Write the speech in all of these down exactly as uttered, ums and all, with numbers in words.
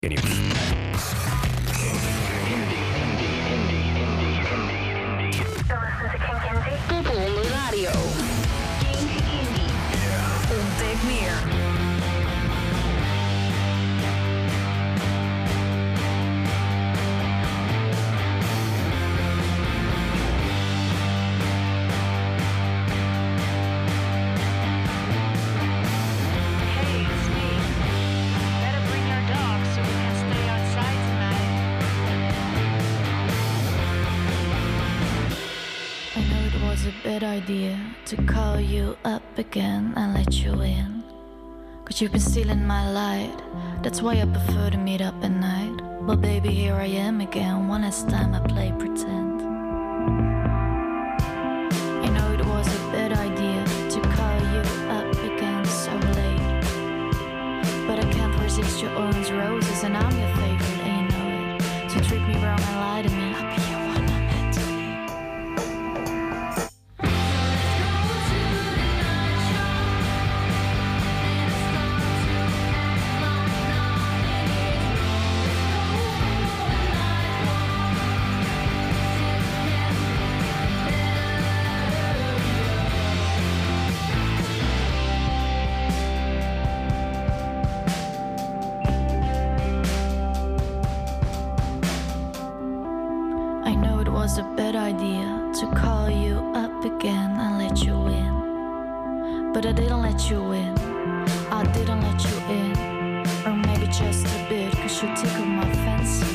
Nieuws. Popronde Radio. Kink Indie. Ontdek meer. Bad idea to call you up again and let you in. Cause you've been stealing my light. That's why I prefer to meet up at night. But baby, here I am again. One last time I play pretend. You know it was a bad idea to call you up again so late. But I can't resist your orange roses, and I'm your favorite, and you know it. So treat me wrong and lie to me. I'll be your one I'm meant to be. Was a bad idea to call you up again and let you in. But I didn't let you in. I didn't let you in. Or maybe just a bit, cause you tickled my fancy.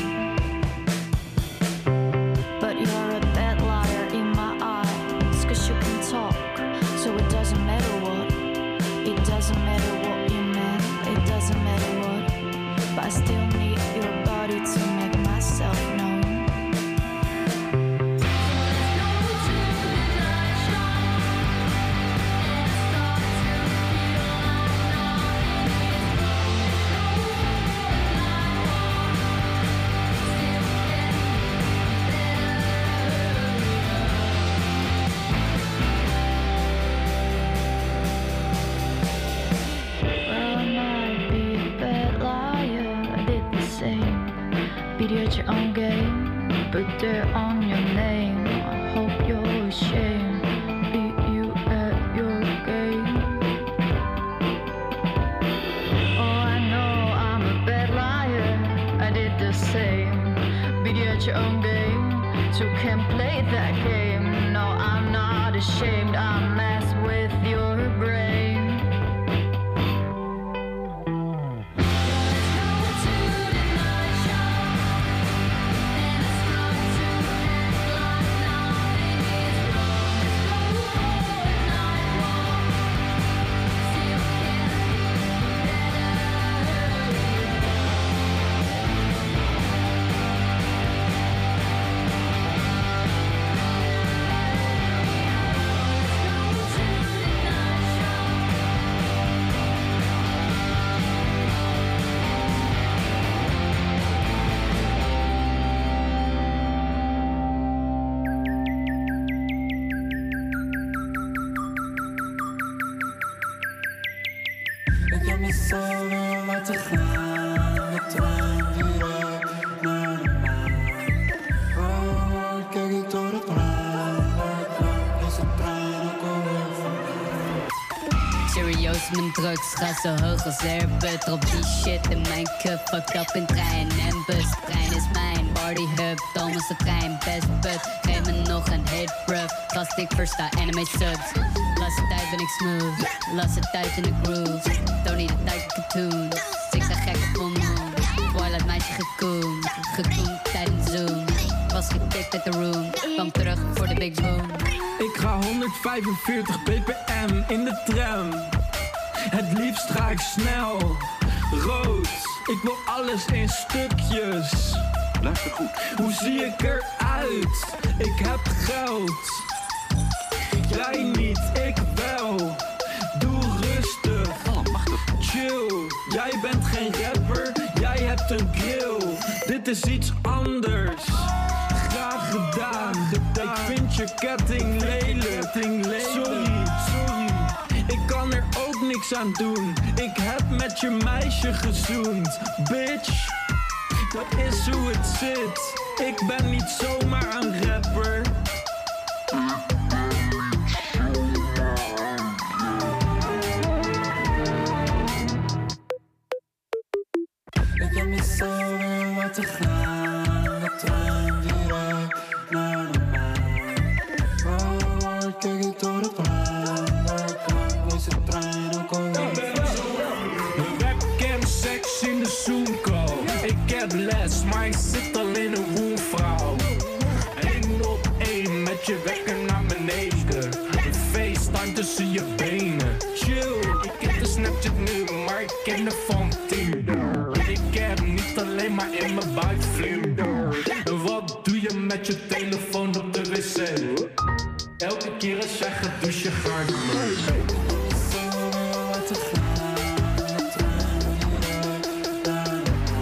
But you're a bad liar in my eyes, cause you can talk, so it doesn't matter what. It doesn't matter what you meant, it doesn't matter what. But I still need your body to make myself known. At your own game, put there on your name. I hope you're ashamed. Beat you at your game. Oh, I know I'm a bad liar. I did the same. Beat you at your own game, so can't play that game. No, I'm not ashamed. I mess with your brain. Mijn drugs gaan zo hoog als Airbus. Drop die shit in mijn cup. Fucked up in trein en bus. Trein is mijn party hub. Thomas de trein, best bud. Geef me nog een hit, bruv. Gast ik versta anime subs. Laatste tijd ben ik smooth. Laatste tijd in de groove. Tony de tijd cartoon. Ik ga gek op full moon. Twilight meisje gekoon. Gekoon tijdens Zoom. Was gekikt uit de room. Kwam terug voor de big boom. Ik ga honderdvijfenveertig ppm in de tram. Het liefst ga ik snel, rood. Ik wil alles in stukjes. Luister goed. Hoe zie ik eruit? Ik heb geld. Jij niet, ik wel. Doe rustig. Oh, machtig. Chill. Jij bent geen rapper, jij hebt een grill. Dit is iets anders. Graag gedaan. Ik vind je ketting lelijk. Sorry, sorry. Ik kan er ook niks aan doen. Ik heb met je meisje gezoend, bitch. zit. Ik ben niet zomaar een rapper. Ik heb niet zo weer wat te gaan. De trein direct naar de maan. Oh, ik kijk het door het raam. Waar kan deze trein ook alweer? Webcam, seks in de Zoom-call. Ik heb les, maar ik zit al in een room, vrouw. Eén op één met je wekker naar beneden. Een FaceTime tussen je benen. Chill, ik heb de Snapchat nu, maar ik ken de van Tinder. Ik heb niet alleen maar in mijn buik vlinder. Wat doe je met je telefoon op de wc? Elke keer als jij gaat douchen, ga ik mee. Zo weer wat te gaan. De trein direct naar de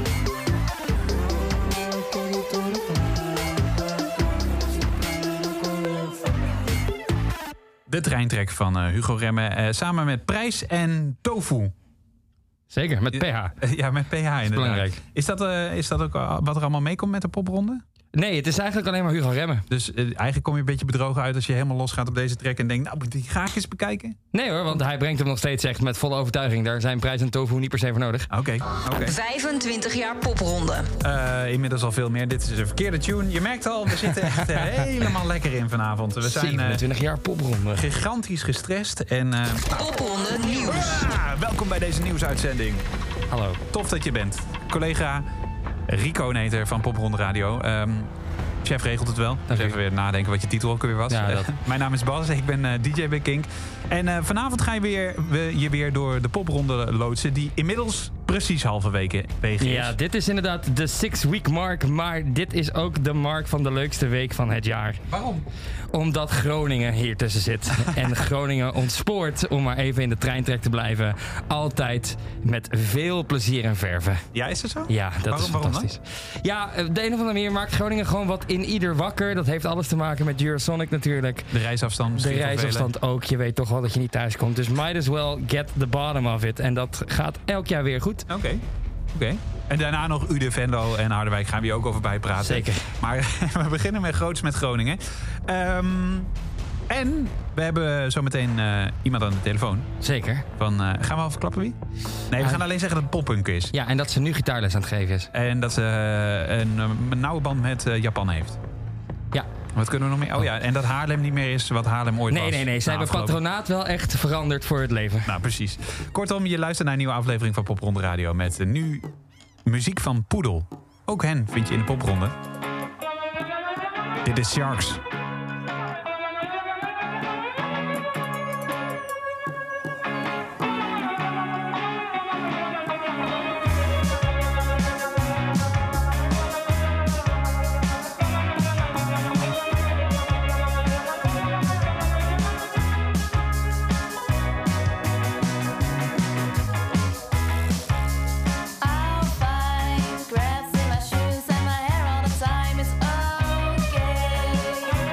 maan. Oh, ik kijk het door het raam. Waar kan deze trein ook alweer? De treintrek van uh, Hugo Remmen. Uh, samen met Prijs en Tofu. Zeker, met P H. Ja, met P H inderdaad. belangrijk. Is dat, uh, is dat ook uh, wat er allemaal meekomt met de popronde? Nee, het is eigenlijk alleen maar Hugo Remmen. Dus uh, eigenlijk kom je een beetje bedrogen uit als je helemaal losgaat op deze track en denkt, nou, moet ik die graag eens bekijken? Nee hoor, want hij brengt hem nog steeds echt met volle overtuiging. Daar zijn Prijs en Tofu niet per se voor nodig. Oké, okay, oké. Okay. vijfentwintig jaar popronde. Uh, inmiddels al veel meer. Dit is een verkeerde tune. Je merkt al, we zitten echt uh, helemaal lekker in vanavond. We zijn uh, zevenentwintig jaar popronde. Gigantisch gestrest en... Uh, Popronde nieuws. Ah, welkom bij deze nieuwsuitzending. Hallo. Tof dat je bent. Collega Rico Neter van Popronde Radio. Um, chef regelt het wel. Dus even weer nadenken wat je titel ook weer was. Ja, dat. Mijn naam is Bas, ik ben uh, D J bij Kink. En uh, vanavond ga je, weer, we, je weer door de popronde loodsen... die inmiddels precies halverwege is. Ja, dit is inderdaad de six-week mark. Maar dit is ook de mark van de leukste week van het jaar. Waarom? Omdat Groningen hier tussen zit. En Groningen ontspoort, om maar even in de treintrek te blijven... altijd met veel plezier en verven. Ja, is het zo? Ja, dat waarom, is waarom fantastisch. Ja, de een of andere manier maakt Groningen gewoon wat in ieder wakker. Dat heeft alles te maken met Eurosonic natuurlijk. De reisafstand. De reisafstand ook. Je weet toch wel dat je niet thuis komt. Dus might as well get the bottom of it. En dat gaat elk jaar weer goed. Oké. Okay. Oké. Okay. En daarna nog Ude, Venlo en Harderwijk gaan we hier ook over bijpraten. Zeker. Maar we beginnen met groots met Groningen. Um, en we hebben zometeen uh, iemand aan de telefoon. Zeker. Van, uh, gaan we al verklappen wie? Nee, we gaan alleen zeggen dat het poppunk is. Ja, en dat ze nu gitaarles aan het geven is. En dat ze uh, een, een nauwe band met uh, Japan heeft. Ja. Wat kunnen we nog meer? Oh ja, en dat Haarlem niet meer is wat Haarlem ooit nee, was. Nee, nee, nee. Zij hebben afgelopen... patronaat wel echt veranderd voor het leven. Nou, precies. Kortom, je luistert naar een nieuwe aflevering van Popronde Radio... met uh, nu muziek van Poedel. Ook hen vind je in de popronde. Dit is Sharks. Grass in my shoes and my hair all the time. It's okay.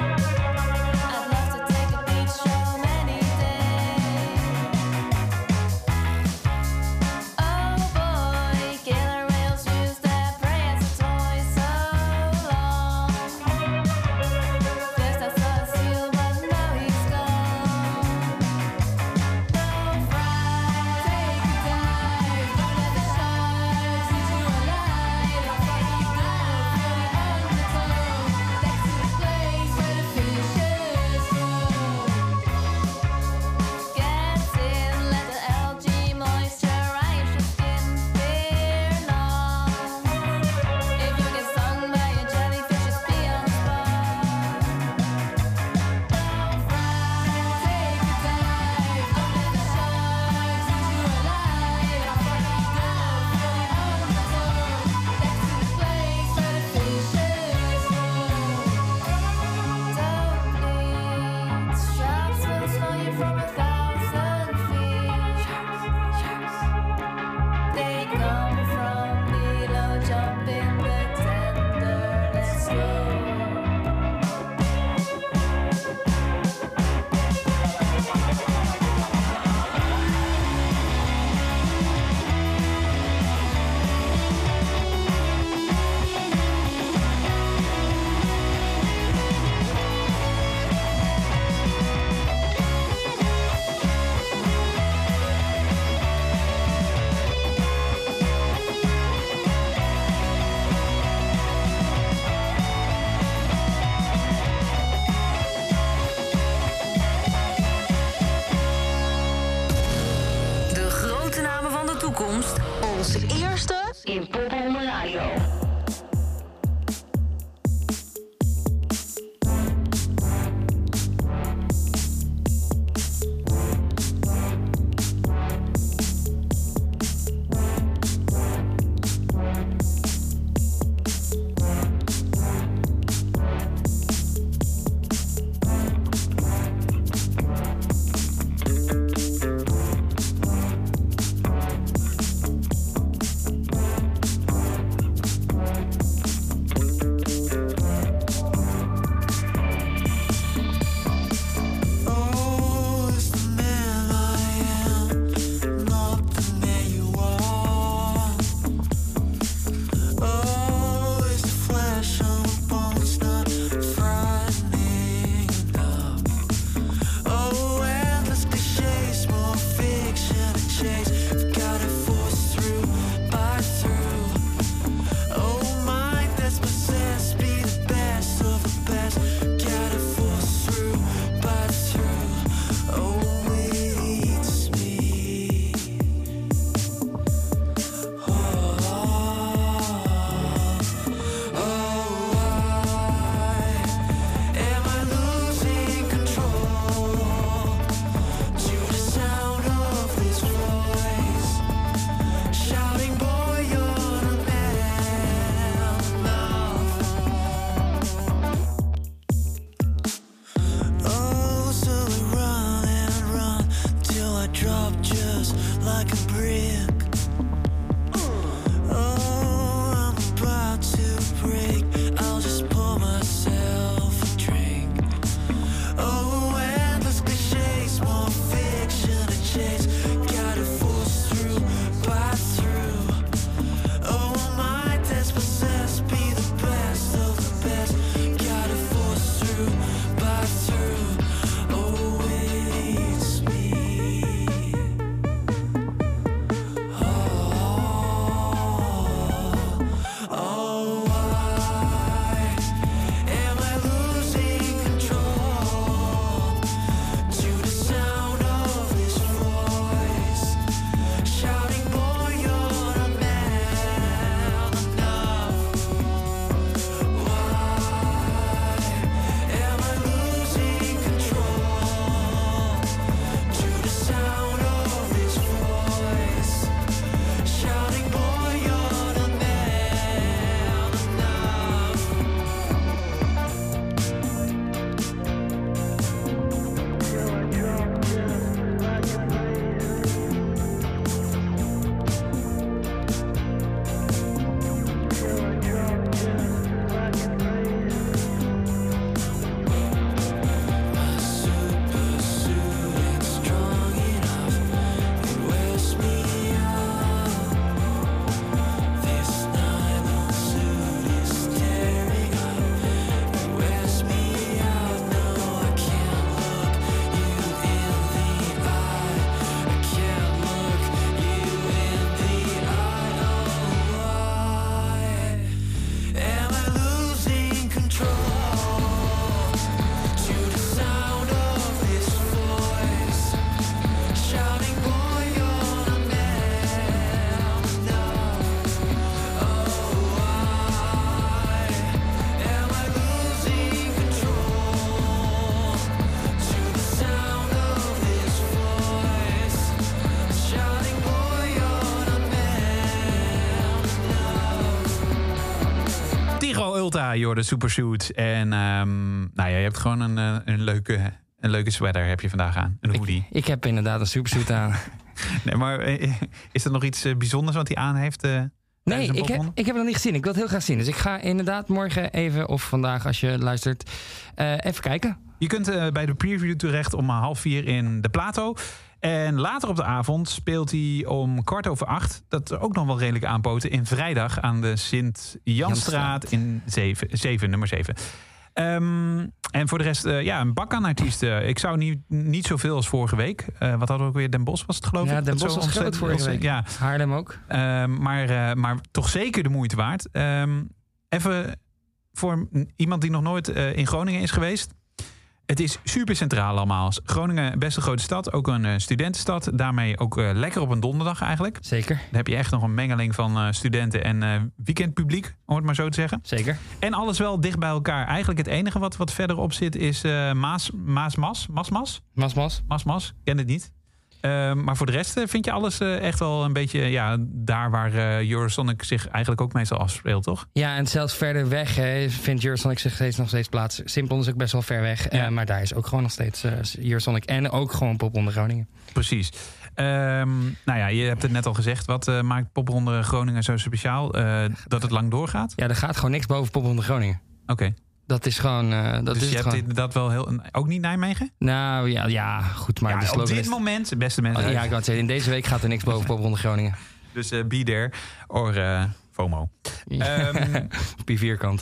Tigo Ultra, joh, de Supersuit. En um, nou ja, je hebt gewoon een, uh, een, leuke, een leuke sweater heb je vandaag aan. Een hoodie. Ik, ik heb inderdaad een Supersuit aan. Nee, maar is er nog iets uh, bijzonders wat hij aan heeft? Uh, nee, ik heb, ik heb het nog niet gezien. Ik wil het heel graag zien. Dus ik ga inderdaad morgen even, of vandaag als je luistert, uh, even kijken. Je kunt uh, bij de preview terecht om half vier in de Plato. En later op de avond speelt hij om kwart over acht. Dat is ook nog wel redelijk aanpoten. In vrijdag aan de Sint-Janstraat in zeven, nummer zeven. Um, en voor de rest, uh, ja, een bak aan artiesten. Ik zou niet, niet zoveel als vorige week. Uh, wat hadden we ook weer? Den Bosch was het, geloof ik? Ja, Den Bosch was groot vorige week. Ja. Haarlem ook. Um, maar, uh, maar toch zeker de moeite waard. Um, even voor iemand die nog nooit uh, in Groningen is geweest. Het is super centraal allemaal. Groningen, best een grote stad. Ook een uh, studentenstad. Daarmee ook uh, lekker op een donderdag eigenlijk. Zeker. Dan heb je echt nog een mengeling van uh, studenten en uh, weekendpubliek. Om het maar zo te zeggen. Zeker. En alles wel dicht bij elkaar. Eigenlijk het enige wat, wat verderop zit is uh, Maas, Maas, Mas. Mas, Mas? Mas, Mas. Mas, Mas. Ken het niet. Uh, maar voor de rest uh, vind je alles uh, echt wel een beetje ja, daar waar uh, Eurosonic zich eigenlijk ook meestal afspeelt, toch? Ja, en zelfs verder weg hè, vindt Eurosonic zich steeds nog steeds plaats. Simpel is ook best wel ver weg. Ja. Uh, maar daar is ook gewoon nog steeds uh, Eurosonic en ook gewoon Popronde Groningen. Precies. Um, nou ja, je hebt het net al gezegd. Wat uh, maakt Popronde Groningen zo speciaal? Uh, dat het lang doorgaat? Ja, er gaat gewoon niks boven Popronde Groningen. Oké. Okay. Dat is gewoon... Uh, dat dus is je het hebt gewoon. dat wel heel... Ook niet Nijmegen? Nou ja, ja goed. Maar ja, de op dit is... moment, beste mensen... Oh, ja, ik wou het zeggen, in deze week gaat er niks boven Popronde Groningen. Dus uh, be there. Or uh, FOMO. Ja. Um, op die vierkant.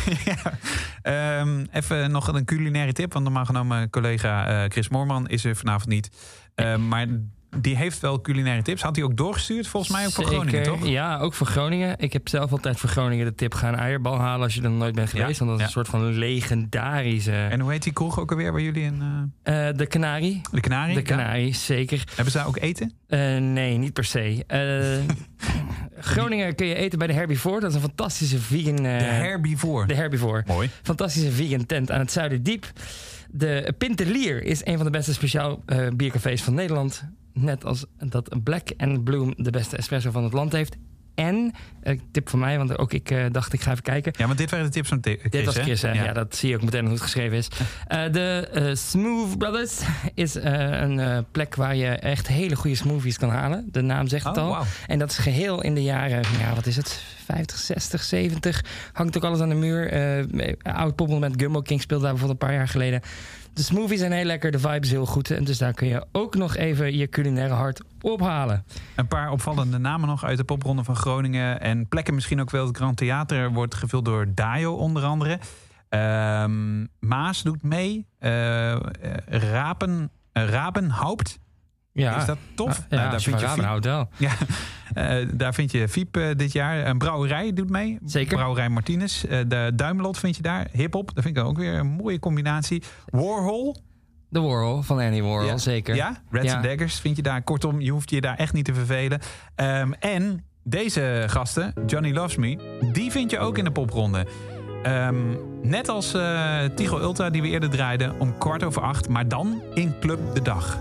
ja. um, even nog een culinaire tip. Want normaal genomen collega uh, Chris Moorman is er vanavond niet. Uh, maar... Die heeft wel culinaire tips. Had hij ook doorgestuurd? Volgens mij ook voor Zeker. Groningen, toch? Ja, ook voor Groningen. Ik heb zelf altijd voor Groningen de tip: ga een eierbal halen als je er nooit bent geweest. Ja. Want dat is ja. een soort van legendarische... En hoe heet die kroeg ook alweer waar jullie in... Uh... Uh, de Canarie. De Canarie? De Canarie, ja. Zeker. Hebben ze daar ook eten? Uh, nee, niet per se. Uh, Groningen kun je eten bij de Herbivore. Dat is een fantastische vegan... Uh, de Herbivore? De Herbivore. Mooi. Fantastische vegan tent aan het Zuiderdiep. De Pintelier is een van de beste speciaal uh, biercafés van Nederland. Net als dat Black and Bloom de beste espresso van het land heeft. En, uh, tip van mij, want ook ik uh, dacht ik ga even kijken. Ja, want dit waren de tips van Chris, Dit was Chris, hè? Ja. Ja. ja, dat zie je ook meteen hoe het geschreven is. Uh, de uh, Smooth Brothers is uh, een uh, plek waar je echt hele goede smoothies kan halen. De naam zegt het oh, al. Wow. En dat is geheel in de jaren, ja, wat is het? vijftig, zestig, zeventig. Hangt ook alles aan de muur. Uh, oud Poppel met Gumbo King speelde daar bijvoorbeeld een paar jaar geleden. De smoothies zijn heel lekker, de vibe is heel goed. En dus daar kun je ook nog even je culinaire hart ophalen. Een paar opvallende namen nog uit de popronde van Groningen. En plekken misschien ook wel. Het Grand Theater wordt gevuld door Dajo onder andere. Um, Maas doet mee. Uh, Rapen, uh, Rabenhaupt. Ja. Is dat tof? Ja, nou, daar vind je Rabenhaupt wel. Ja, uh, daar vind je Fiep uh, dit jaar. Een brouwerij doet mee. Zeker. Brouwerij Martinez. Uh, de Duimelot vind je daar. Hip-hop, dat vind ik ook weer een mooie combinatie. Warhol. De Warhol van Andy Warhol, ja. zeker. Ja, Reds ja. and Daggers vind je daar. Kortom, je hoeft je daar echt niet te vervelen. Um, en deze gasten, Johnny Loves Me, die vind je ook in de popronde. Um, net als uh, Tigo Ultra die we eerder draaiden om kwart over acht. Maar dan in Club de Dag.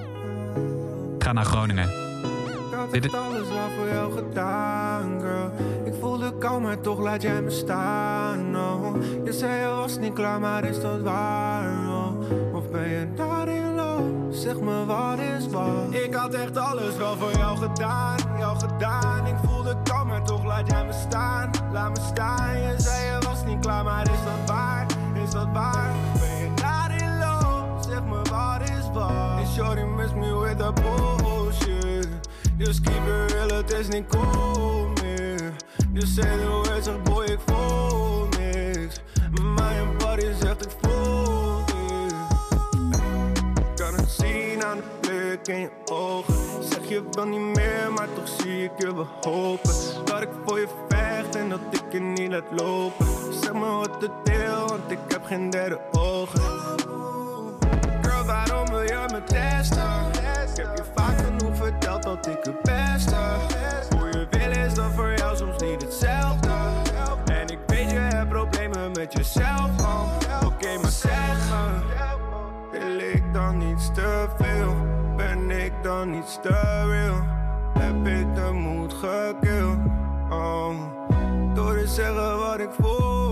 Ga naar Groningen. Ik had echt alles al voor jou gedaan, girl. Ik voelde kou, maar toch laat jij me staan, oh. Je zei je was niet klaar, maar is dat waar, oh? Of ben je daarin low? Zeg me wat is wat? Ik had echt alles wel voor jou gedaan, jou gedaan. Ik voelde kou, maar toch laat jij me staan. Laat me staan, je zei je was niet klaar, maar is dat waar? Is dat waar? Of ben je daarin low? Zeg me wat is wat? En shorty miss me with the bullshit. Just keep it real, het is niet cool meer. Just say the words, zeg boy, ik voel niks. Maar je body zegt ik voel dit. Kan het zien aan de blik in je ogen. Zeg je wil niet meer, maar toch zie ik je behopen. Dat ik voor je vecht en dat ik je niet laat lopen. Zeg me wat de deel, want ik heb geen derde ogen. Girl, waarom wil je me testen? Ik heb je vaak genoeg verteld dat ik het beste. Hoe je wil is dan voor jou soms niet hetzelfde. En ik weet je hebt problemen met jezelf, man. Oké, okay, maar zeg me, wil ik dan niets te veel? Ben ik dan niets te real? Heb ik de moed gekild? Oh, door te zeggen wat ik voel.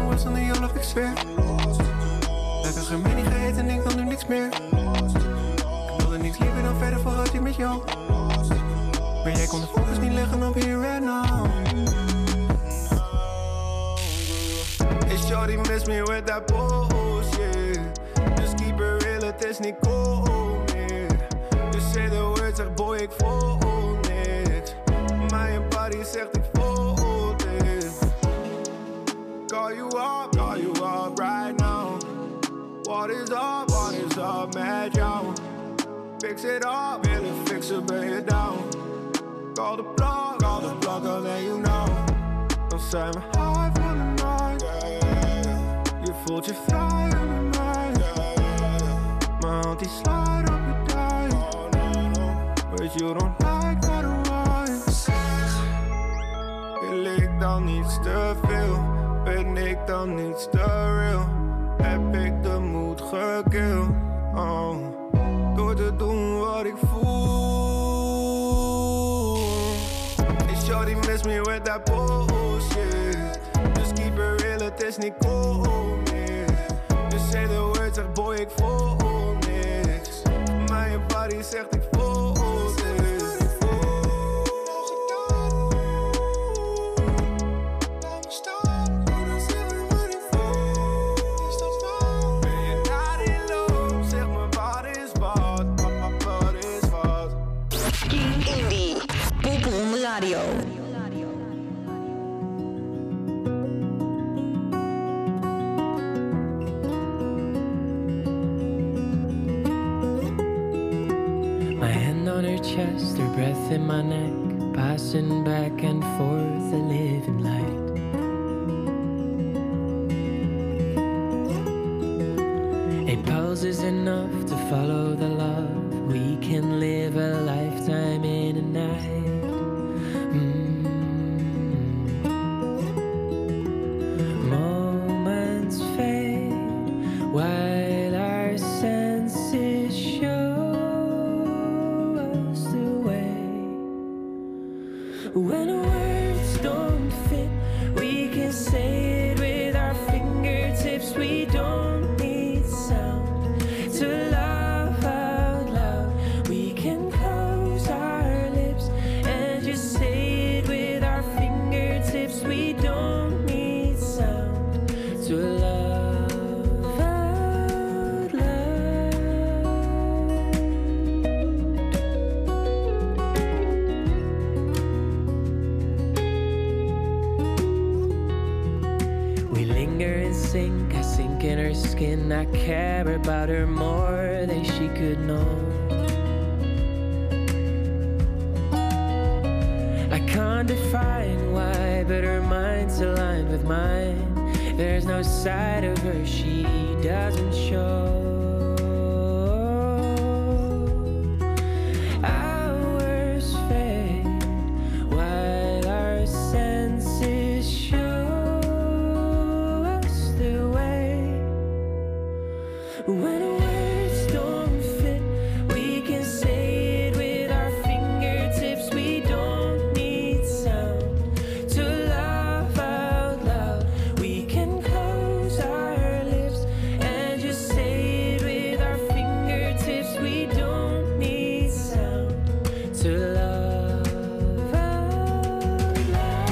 maar zonder jou lag ik zweer. Lekker gemeen niet gegeten en ik wil nu niks meer. Ik wilde niks liever dan verder vooruit hier met jou. Maar jij kon de focus niet leggen op here and now. Hey shorty miss me with that bullshit. Just keep it real, het is niet cool meer. Dus say the word, zeg boy ik voel niks. Maar je body zegt ik voel dit. Call you up, call you up right now. What is up, what is up met jou? Fix it up, willen fixen ben je down. Call the plug, call the plug, I'll let you know. Dan zijn we high for the night. Je voelt je vrij in de night. Mijn hand die slaat op je dij. But you don't like that wine. Zeg, wil ik dan niets te veel? Ben ik dan niets te real? Heb ik de moed gekild? Oh, door te doen wat ik voel. Hey shorty miss me with that bullshit. Just keep it real, het is niet cool meer. Dus say the word, zeg boy ik voel niks. Maar je body zegt ik voel dit. Radio. My hand on her chest, her breath in my neck, passing back and forth, a living light. A pulse is enough to follow the love. We can live a lifetime in a night. While our senses show us the way. When words don't fit, we can say it with our fingertips. We don't need sound to laugh out loud. We can close our lips and just say it with our fingertips. We don't need sound to laugh. Sink, I sink in her skin. I care about her more than she could know. I can't define why, but her mind's aligned with mine. There's no side of her she doesn't show. Hours fade while our senses show. When words don't fit, we can say it with our fingertips. We don't need sound to laugh out loud. We can close our lips and just say it with our fingertips. We don't need sound to laugh out loud.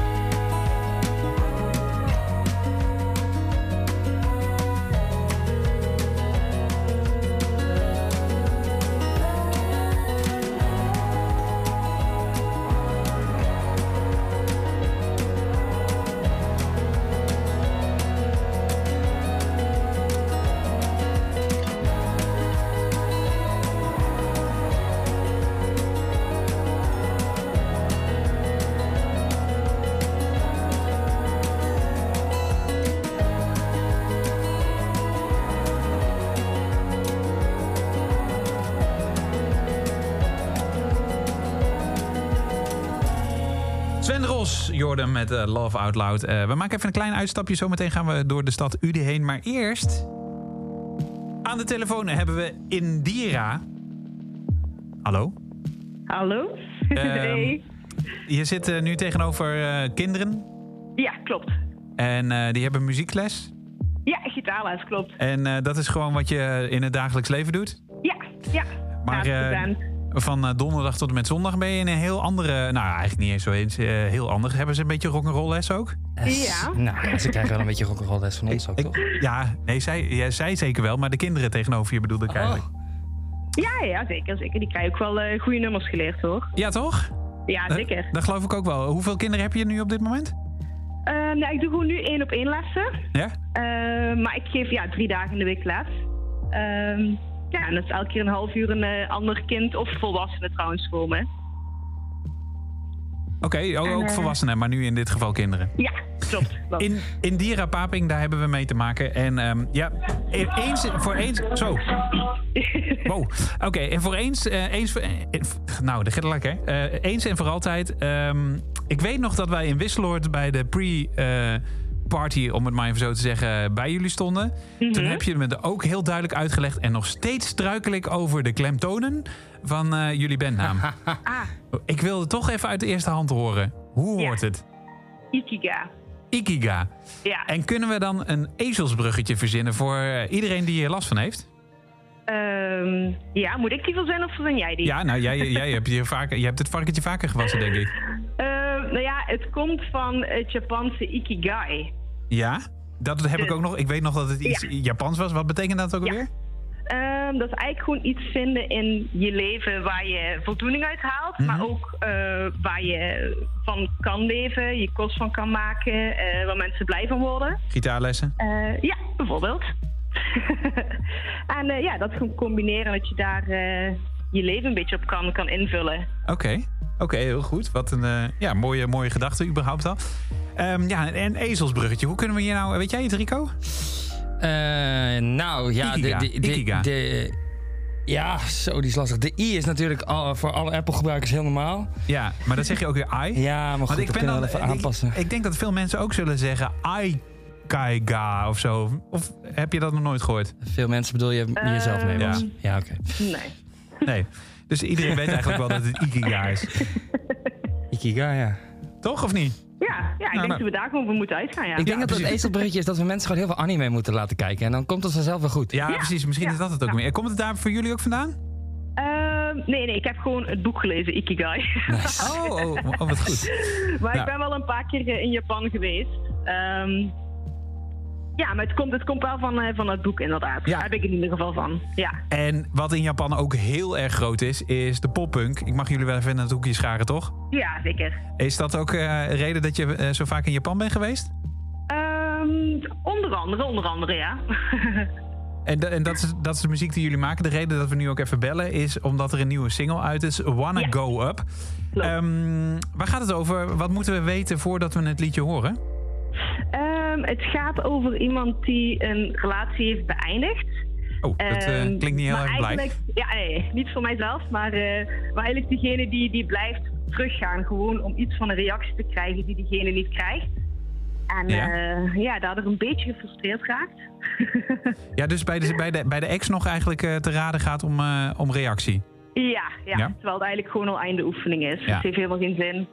Sven Ros, Jordan met uh, Love Out Loud. Uh, we maken even een klein uitstapje. Zometeen gaan we door de stad Uden heen. Maar eerst... aan de telefoon hebben we Indira. Hallo? Hallo? Uh, hey. Je zit uh, nu tegenover uh, kinderen. Ja, klopt. En uh, die hebben muziekles. Ja, gitaarles, klopt. En uh, dat is gewoon wat je in het dagelijks leven doet? Ja, ja. Maar uh, van uh, donderdag tot en met zondag ben je in een heel andere... Nou, eigenlijk niet eens zo eens. Uh, heel anders. Hebben ze een beetje rock'n'roll les ook? Ja. Nou, ze krijgen wel een beetje rock'n'roll les van ons ook, ik, toch? Ja, nee, zij, ja, zij zeker wel. Maar de kinderen tegenover je bedoelde ik oh. eigenlijk. Ja, ja, zeker, zeker. Die krijgen ook wel uh, goede nummers geleerd, hoor. Ja, toch? Ja, zeker. Dat, dat geloof ik ook wel. Hoeveel kinderen heb je nu op dit moment? Uh, nou, ik doe gewoon nu één op één lessen. Ja? Uh, maar ik geef ja, drie dagen in de week les. Uh, ja, en dat is elke keer een half uur een uh, ander kind of volwassene trouwens voor me. Oké, okay, ook, ook uh, volwassenen, maar nu in dit geval kinderen. Ja, klopt. In, in Dira Paping, daar hebben we mee te maken. En um, ja, eens voor eens... Zo. Wow. Oké, okay, en voor eens... Uh, eens uh, nou, dat gaat lekker. Uh, eens en voor altijd. Um, ik weet nog dat wij in Wisseloord bij de pre-party, uh, om het maar even zo te zeggen, bij jullie stonden. Mm-hmm. Toen heb je me er ook heel duidelijk uitgelegd. En nog steeds struikel ik over de klemtonen van uh, jullie bandnaam. ah. Ik wilde toch even uit de eerste hand horen. Hoe ja. hoort het? Ikiga. Ikiga. Ja. En kunnen we dan een ezelsbruggetje verzinnen voor uh, iedereen die hier last van heeft? Um, ja, moet ik die verzinnen of verzin jij die? Ja, nou, jij, jij, hebt, hier vaker, jij hebt het varkentje vaker gewassen, denk ik. Uh, nou ja, het komt van het Japanse Ikigai. Ja, dat heb dus, ik ook nog. Ik weet nog dat het iets ja. Japans was. Wat betekent dat ook ja. alweer? Um, dat is eigenlijk gewoon iets vinden in je leven waar je voldoening uit haalt. Mm-hmm. Maar ook uh, waar je van kan leven, je kost van kan maken, uh, waar mensen blij van worden. Gitaarlessen? Uh, ja, bijvoorbeeld. en uh, ja, dat gewoon combineren dat je daar uh, je leven een beetje op kan, kan invullen. Oké, okay. oké, okay, heel goed. Wat een uh, ja, mooie, mooie gedachte überhaupt al. Um, ja, en ezelsbruggetje. Hoe kunnen we hier nou... Weet jij het, Rico? Uh, nou, ja... Ikiga. De, de, de, Ikiga. De, ja, zo, die is lastig. De I is natuurlijk al, voor alle Apple-gebruikers heel normaal. Ja, maar dat zeg je ook weer I. Ja, maar goed, ik dat ben kunnen dan, we even aanpassen. Ik, ik denk dat veel mensen ook zullen zeggen I. Kaiga of zo. Of heb je dat nog nooit gehoord? Veel mensen bedoel je uh, jezelf mee was. Ja, ja oké. Okay. Nee. Nee. Dus iedereen weet eigenlijk wel dat het Ikiga is. Ikiga, ja. Toch of niet? Ja, ja ik nou, denk nou. dat we daar gewoon voor moeten uitgaan. Ja. Ik denk ja, dat het ezelbruggetje is dat we mensen gewoon heel veel anime moeten laten kijken. En dan komt het vanzelf wel goed. Ja, ja. precies. Misschien ja. is dat het ook ja. meer. Komt het daar voor jullie ook vandaan? Uh, nee, nee. Ik heb gewoon het boek gelezen, Ikigai. Nice. oh, oh, oh, wat goed. Maar ja. ik ben wel een paar keer in Japan geweest. Um, Ja, maar het komt, het komt wel van, uh, van het boek inderdaad. Ja. Daar heb ik in ieder geval van, ja. En wat in Japan ook heel erg groot is, is de poppunk. Ik mag jullie wel even in het hoekje scharen, toch? Ja, zeker. Is dat ook uh, een reden dat je uh, zo vaak in Japan bent geweest? Um, onder andere, onder andere, ja. En, de, en dat, is, dat is de muziek die jullie maken. De reden dat we nu ook even bellen is omdat er een nieuwe single uit is. Wanna ja. Go Up. Um, waar gaat het over? Wat moeten we weten voordat we het liedje horen? Um, het gaat over iemand die een relatie heeft beëindigd. Oh, dat uh, um, klinkt niet heel erg blij. Ja, nee, niet voor mijzelf, maar, uh, maar eigenlijk diegene die, die blijft teruggaan. Gewoon om iets van een reactie te krijgen die diegene niet krijgt. En ja, uh, ja daardoor een beetje gefrustreerd raakt. Ja, dus bij de, bij de, bij de ex nog eigenlijk uh, te raden gaat om, uh, om reactie? Ja, ja, ja, terwijl het eigenlijk gewoon al einde oefening is. Ja. Het heeft helemaal geen zin.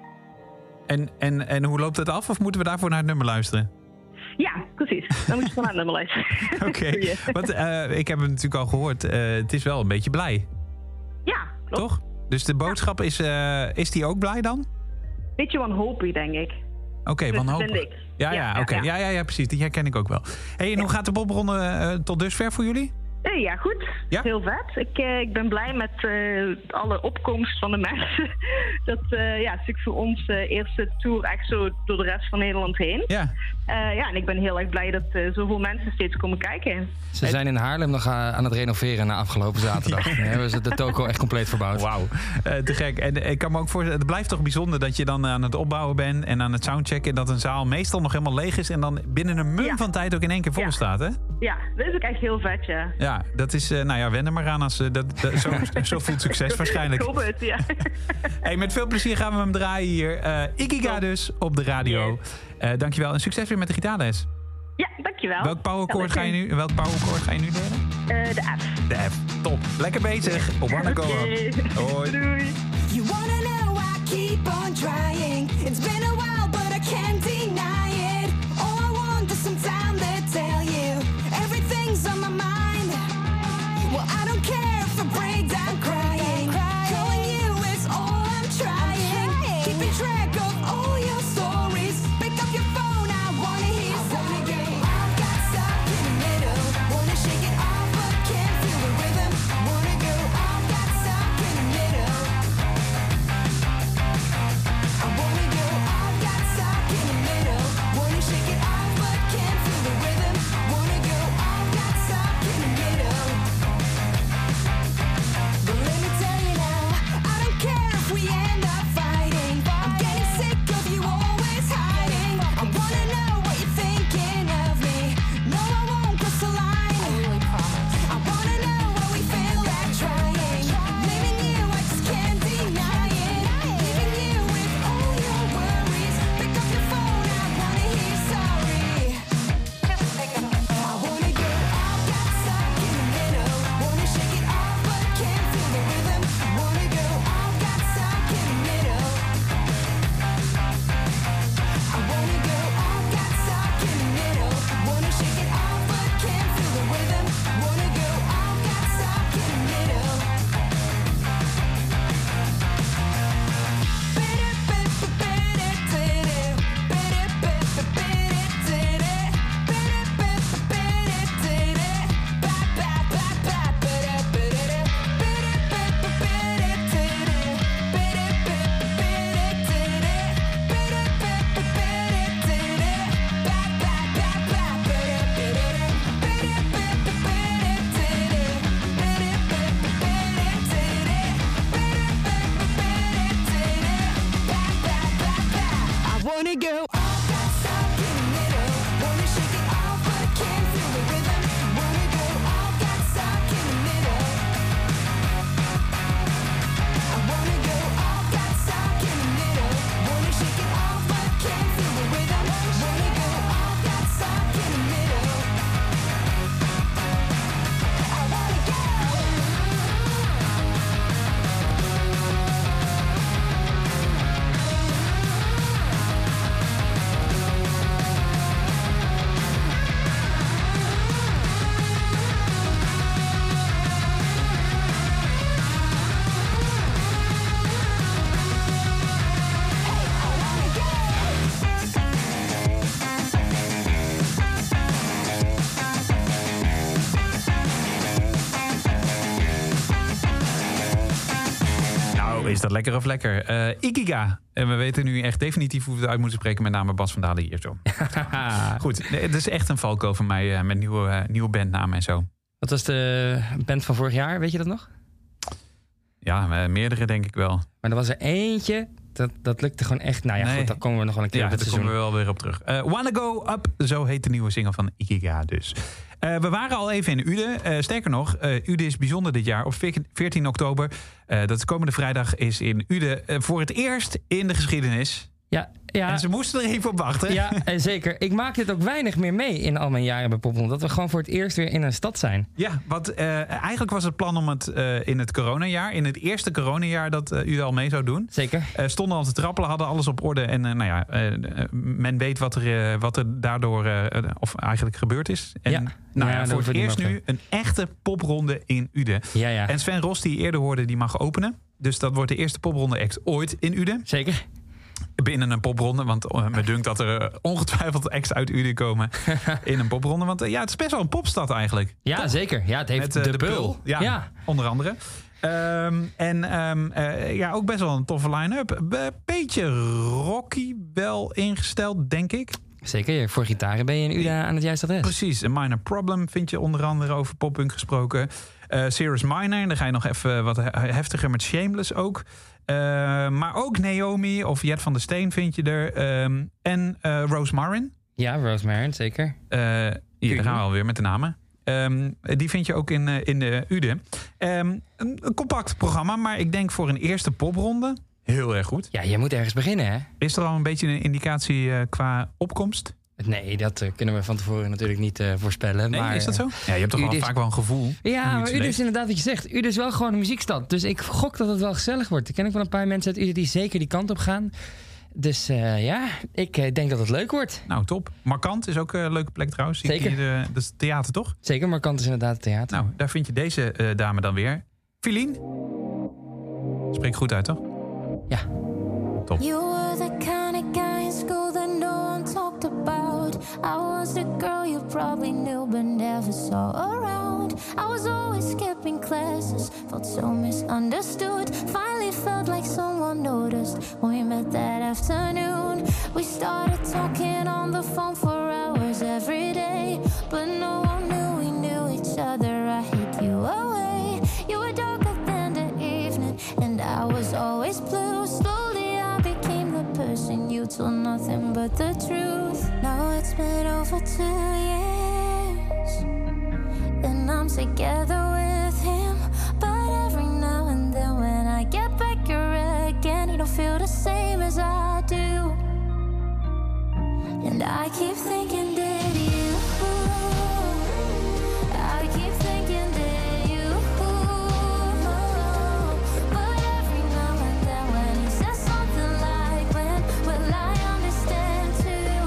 En, en, en hoe loopt het af? Of moeten we daarvoor naar het nummer luisteren? Ja, precies. Dan moet je van naar het nummer luisteren. Oké, okay. Want uh, ik heb het natuurlijk al gehoord. Uh, het is wel een beetje blij. Ja, klopt. Toch? Dus de boodschap ja. is... Uh, is die ook blij dan? Beetje wanhopig, denk ik. Oké, okay, dus wanhopig. vind ik. Ja, ja, ja, okay. ja. ja, ja, precies. Die herken ik ook wel. Hey, en ja. hoe gaat de popronde uh, tot dusver voor jullie? Uh, ja, goed. Ja? Heel vet. Ik, uh, ik ben blij met uh, alle opkomst van de mensen. Dat uh, ja, is voor ons uh, eerste tour echt zo door de rest van Nederland heen. Ja. Uh, ja, en ik ben heel erg blij dat uh, zoveel mensen steeds komen kijken. Ze zijn in Haarlem nog aan het renoveren na afgelopen zaterdag. Ja. Dan hebben ze de toko echt compleet verbouwd. Wauw, uh, te gek. En uh, ik kan me ook voorstellen, het blijft toch bijzonder dat je dan aan het opbouwen bent en aan het soundchecken. Dat een zaal meestal nog helemaal leeg is en dan binnen een mum ja. van tijd ook in één keer vol ja. staat, hè? Ja, dat is ook echt heel vet, ja. Ja, dat is, uh, nou ja, wend er maar aan als uh, dat, dat zo, zo voelt succes waarschijnlijk. Ik hoop het, ja. Hey, met veel plezier gaan we hem draaien hier. Uh, Ikiga dus op de radio. Yes. Uh, dankjewel en succes weer met de gitaarles. Ja, dankjewel. Welk powerchord ga je nu, welk powerchord ga je nu leren? Uh, de F. De F, top. Lekker bezig. Op Wanna Go Up. Hoi. Doei. You wanna know I keep on trying. It's been a while but I can't deny it. Is dat lekker of lekker? Uh, Ikiga. En we weten nu echt definitief hoe we het uit moeten spreken. Met name Bas van Dalen hier zo. Goed, het is echt een valkuil van mij uh, met nieuwe, uh, nieuwe bandnamen en zo. Wat was de band van vorig jaar? Weet je dat nog? Ja, uh, meerdere denk ik wel. Maar er was er eentje... Dat, dat lukte gewoon echt. Nou ja, nee. Goed, daar komen we nog wel een keer ja, op het daar seizoen. komen we wel weer op terug. Uh, Wanna Go Up, zo heet de nieuwe single van Ikiga dus. Uh, we waren al even in Uden. Uh, sterker nog, uh, Uden is bijzonder dit jaar. Op veertien oktober, uh, dat is komende vrijdag, is in Uden uh, voor het eerst in de geschiedenis. Ja, ja. En ze moesten er even op wachten. Ja, zeker. Ik maak dit ook weinig meer mee in al mijn jaren bij Popronde. Dat we gewoon voor het eerst weer in een stad zijn. Ja, want uh, eigenlijk was het plan om het uh, in het coronajaar... in het eerste coronajaar dat uh, u al mee zou doen. Zeker. Uh, stonden al te trappelen, hadden alles op orde. En uh, nou ja, uh, men weet wat er, uh, wat er daardoor... Uh, of eigenlijk gebeurd is. En, ja. Nou ja, ja, voor het eerst nu een echte popronde in Uden. Ja, ja. En Sven Ros, die je eerder hoorde, die mag openen. Dus dat wordt de eerste popronde act ooit in Uden. Zeker. Binnen een popronde, want uh, me dunkt dat er uh, ongetwijfeld acts uit Uden komen in een popronde. Want uh, ja, het is best wel een popstad eigenlijk. Ja, Toch? zeker. Ja, het heeft Met, uh, de, de Pul. Pul. Ja, ja, onder andere. Um, en um, uh, ja, ook best wel een toffe line-up. Be- beetje rocky wel ingesteld, denk ik. Zeker, voor gitaren ben je in Uden aan het juiste adres. Precies, een Minor Problem vind je onder andere over poppunk gesproken. Uh, Cirrus Minor, dan ga je nog even wat heftiger met Shameless ook. Uh, maar ook Naomi of Jet van der Steen vind je er. Um, en uh, Rose Marin. Ja, Rose Marin, zeker. Uh, hier, daar gaan we alweer met de namen. Um, die vind je ook in, uh, in de Uden. Um, een, een compact programma, maar ik denk voor een eerste popronde heel erg goed. Ja, je moet ergens beginnen, hè? Is er al een beetje een indicatie uh, qua opkomst? Nee, dat uh, kunnen we van tevoren natuurlijk niet uh, voorspellen. Nee, maar, is dat zo? Ja, je hebt toch wel is... vaak wel een gevoel. Ja, maar Uden is inderdaad wat je zegt. Uden is wel gewoon een muziekstad. Dus ik gok dat het wel gezellig wordt. Ik ken ook wel een paar mensen uit Uden die zeker die kant op gaan. Dus uh, ja, ik uh, denk dat het leuk wordt. Nou, top. Markant is ook een leuke plek trouwens. Zeker. Hier, uh, dat is theater, toch? Zeker, Markant is inderdaad het theater. Nou, daar vind je deze uh, dame dan weer. Filien. Spreek goed uit, toch? Ja. Top. You were the kind of guy in school that no one talked about. I was the girl you probably knew but never saw around. I was always skipping classes, felt so misunderstood. Finally felt like someone noticed when we met that afternoon. We started talking on the phone for hours every day, but no one knew we knew each other. I hid you away. You were darker than the evening, and I was always blue. Slowly I became the person you told nothing but the truth. Now it's been over two years, and I'm together with him. But every now and then when I get back here again, you don't feel the same as I do. And I keep thinking that you, I keep thinking that you. But every now and then when he says something like, when will I understand too?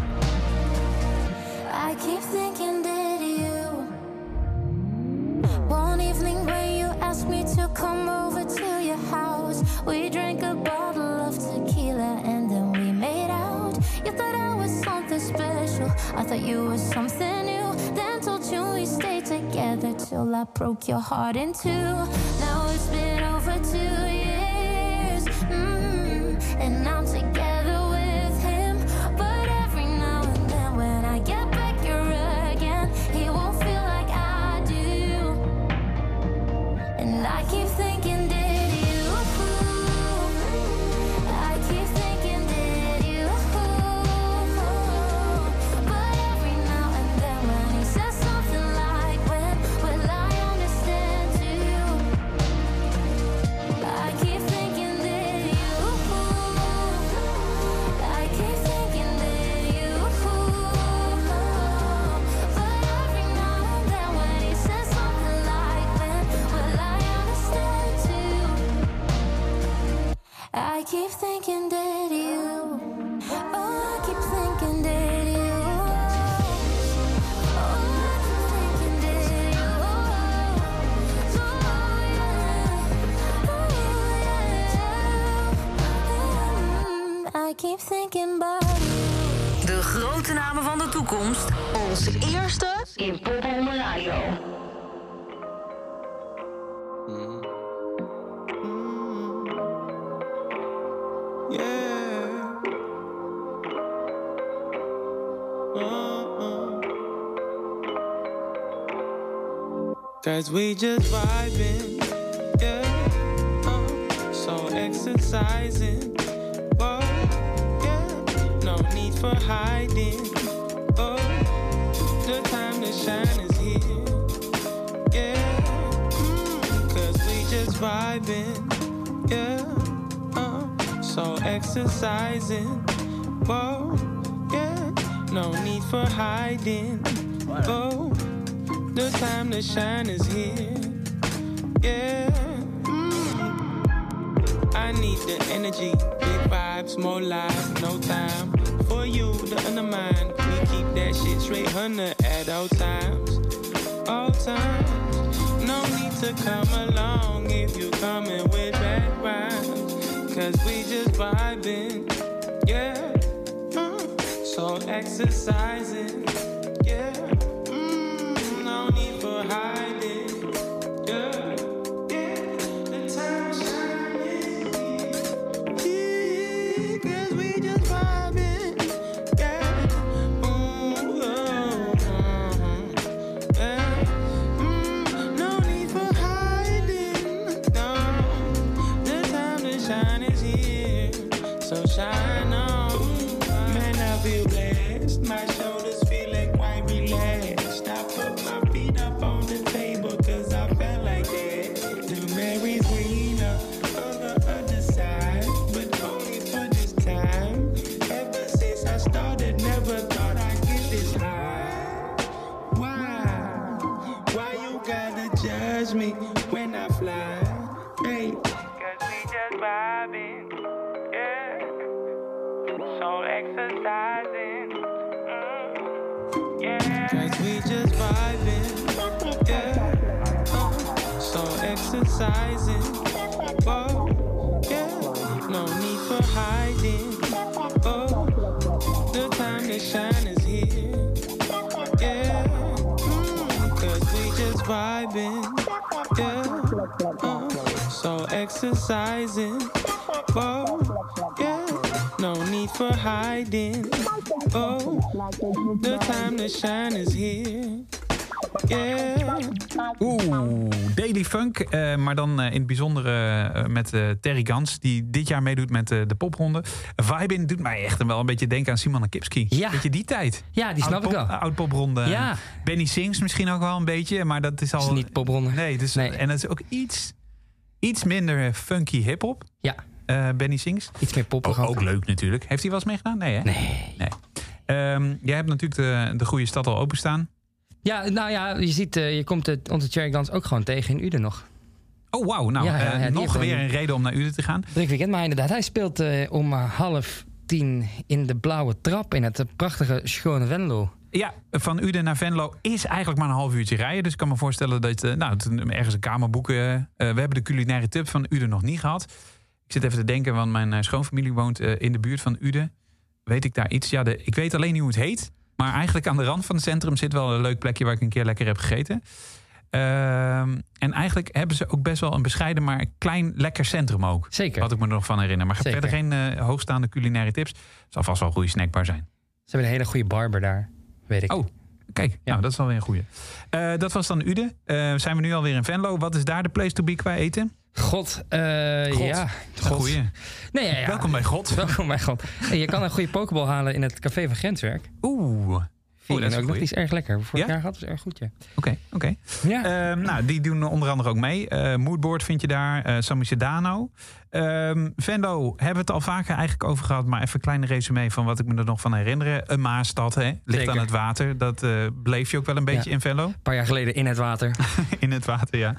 I keep thinking that you. One evening when you asked me to come over to your house, we drank a bottle of tequila and then we made out. You thought I was something special, I thought you were something new. Then told you we stayed together till I broke your heart in two. Now it's been over two years, mm, and I'm together with him. But every now and then when I get back here again, he won't feel like I do. And I keep thinking that you, I keep thinking that you. But every now and then when he says something like, when will I understand too? I keep thinking that you, I keep thinking that you. But every now and then when he says something like, when will I understand too? I keep thinking that you, oh, I keep thinking that you, oh, I keep thinking that you, oh, yeah, oh, yeah. I keep thinking about you. De grote namen van de toekomst. Onze eerste in Popronde Radio. Cause we just vibing, yeah. Uh, so exercising, whoa, yeah. No need for hiding, oh. The time to shine is here, yeah. Mm, Cause we just vibing, yeah. Uh, so exercising, whoa, yeah. No need for hiding, oh. The time to shine is here, yeah. Mm. I need the energy, big vibes, more life, no time for you to undermine. We keep that shit straight hundred at all times, all times. No need to come along if you coming with bad vibes. Cause we just vibing, yeah. Uh, so exercising, yeah. No need for hiding, yeah, yeah. The time shining, yeah. Cause we just vibing, yeah. Ooh, oh, uh-huh. Yeah. Mm, no need for hiding, no. The time to shine is here, so shine on. Man, I feel blessed. My shoulders feeling quite relaxed. I put my feet up on the table cause I felt like that. The Mary's greener on the other side, but only for this time. Ever since I started, never thought I'd get this high. Why? Why you gotta judge me when I fly? Hey, cause we just vibing, yeah. So exercising, mm, yeah. Cause we just vibing, yeah. Uh, so exercising, whoa, yeah. No need for hiding, oh. The time to shine is here, yeah. Mm, Cause we just vibing, yeah. Uh, so exercising, whoa, yeah. No need for hiding, oh. The time to shine is here, yeah. Oeh, Daily Funk. eh, maar dan eh, in het bijzonder eh, met eh, Terry Gans, die dit jaar meedoet met eh, de popronde. Vibin doet mij echt wel een beetje denken aan Simon en Kipski. Ja. Weet je, die tijd. Ja, die snap Oud ik pop- wel. Oud popronde. Ja. Benny Sings misschien ook wel een beetje, maar dat is al... Dat is niet popronde. Nee, dus, Nee. en dat is ook iets, iets minder funky hip-hop. Ja, eh, Benny Sings. iets meer poppig. Ook, ook leuk natuurlijk. Heeft hij wel eens meegedaan? Nee, hè? Nee. nee. Ehm, jij hebt natuurlijk de, de goede stad al openstaan. Ja, nou ja, je ziet, eh, je komt het onze Cherry Guns ook gewoon tegen in Uden nog. Oh, wauw. Nou, Ja, ja, eh, ja, die nog heeft weer een- een reden om naar Uden te gaan. Druk weekend, maar inderdaad, hij speelt eh, om eh, half tien in de Blauwe Trap in het eh, prachtige Schone Venlo. Ja, van Uden naar Venlo is eigenlijk maar een half uurtje rijden. Dus ik kan me voorstellen dat je nou, het- ergens een kamer boeken. Uh, we hebben de culinaire tip van Uden nog niet gehad. Ik zit even te denken, want mijn uh, schoonfamilie woont uh, in de buurt van Uden. Weet ik daar iets? Ja, de, ik weet alleen niet hoe het heet. Maar eigenlijk aan de rand van het centrum zit wel een leuk plekje waar ik een keer lekker heb gegeten. Ehm, en eigenlijk hebben ze ook best wel een bescheiden, maar klein lekker centrum ook. Zeker. Wat ik me er nog van herinner. Maar ik heb Zeker. verder geen uh, hoogstaande culinaire tips. Zal vast wel een goede snackbar zijn. Ze hebben een hele goede barber daar, weet ik. Oh, kijk. Ja. Nou, dat is wel weer een goede. Uh, dat was dan Uden. Uh, zijn we nu alweer in Venlo. Wat is daar de place to be qua eten? God, uh, God. ja. God. Goeie. Nee, ja, ja. Welkom bij God. Welkom bij God. Hey, je kan een goede pokeball halen in het café van Grenswerk. Oeh. Vind Oh, je dat is ook nog goeie. iets erg lekker. Vorig Ja? jaar gehad was erg goed, ja. Oké, okay, oké. Ja. Okay. Uh, nou, die doen onder andere ook mee. Uh, Moodboard vind je daar. Uh, Sammy Sedano. Um, Venlo hebben we het al vaker eigenlijk over gehad. Maar even een kleine resume van wat ik me er nog van herinneren. Een Maasstad, hè? Ligt Zeker. aan het water. Dat uh, bleef je ook wel een beetje Ja. in Venlo. Een paar jaar geleden in het water. In het water, ja.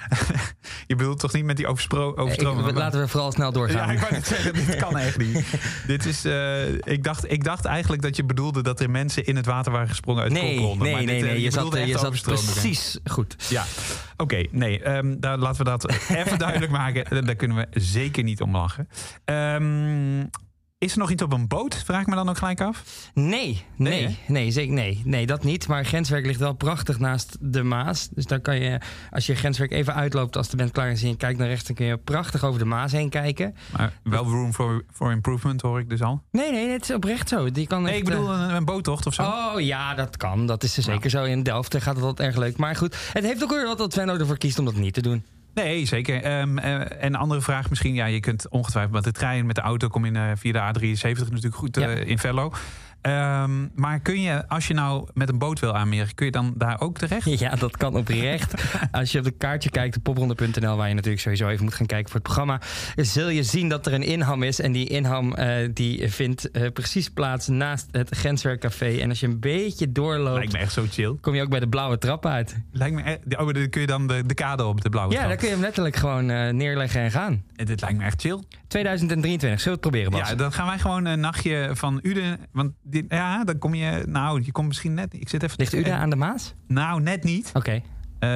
Je bedoelt toch niet met die overspro- overstroming? Ik, laten we vooral snel doorgaan. Ja, ik wou net zeggen, dit kan echt niet. Dit is, uh, ik, dacht, ik dacht eigenlijk dat je bedoelde dat er mensen in het water waren gesprongen uit Nee, popronde. nee, maar nee, dit, uh, nee. Je, zat, bedoelde je echt zat overstromingen. precies goed. Ja, oké. Okay, nee, um, daar, laten we dat even duidelijk maken. Daar kunnen we zeker niet om lachen. Um, is er nog iets op een boot? Vraag ik me dan ook gelijk af. Nee, nee, Nee, nee, zeker nee. Nee, dat niet. Maar grenswerk ligt wel prachtig naast de Maas. Dus daar kan je, als je grenswerk even uitloopt, als de band klaar is en je kijkt naar rechts, dan kun je prachtig over de Maas heen kijken. Maar wel room for, for improvement, hoor ik dus al. Nee, nee, het is oprecht zo. Die kan Nee, echt, ik bedoel eh, een, een boottocht of zo. Oh ja, dat kan. Dat is er zeker zo. In Delft gaat het altijd erg leuk. Maar goed, het heeft ook weer wat dat Venlo ervoor kiest om dat niet te doen. Nee, zeker. Um, uh, en een andere vraag misschien. Ja, je kunt ongetwijfeld met de trein, met de auto kom je uh, via de A drieënzeventig natuurlijk goed uh, Ja. in Venlo. Um, maar kun je, als je nou met een boot wil aanmeren, kun je dan daar ook terecht? Ja, dat kan oprecht. Als je op de kaartje kijkt, op popronde punt n l, waar je natuurlijk sowieso even moet gaan kijken voor het programma, zul je zien dat er een inham is. En die inham uh, die vindt uh, precies plaats naast het Grenswerkcafé. En als je een beetje doorloopt, Lijkt me echt zo chill. kom je ook bij de blauwe trap uit. Lijkt me echt, oh, dan kun je dan de, de kade op de blauwe Ja, trap. dan kun je hem letterlijk gewoon uh, neerleggen en gaan. En dit lijkt me echt chill. tweeduizend drieëntwintig, zullen we het proberen, Bas? Ja, dan gaan wij gewoon een nachtje van Uden. Want die, ja, dan kom je. Nou, je komt misschien net. Ik zit even. Ligt Uden aan de Maas? Nou, net niet. Oké. Uh,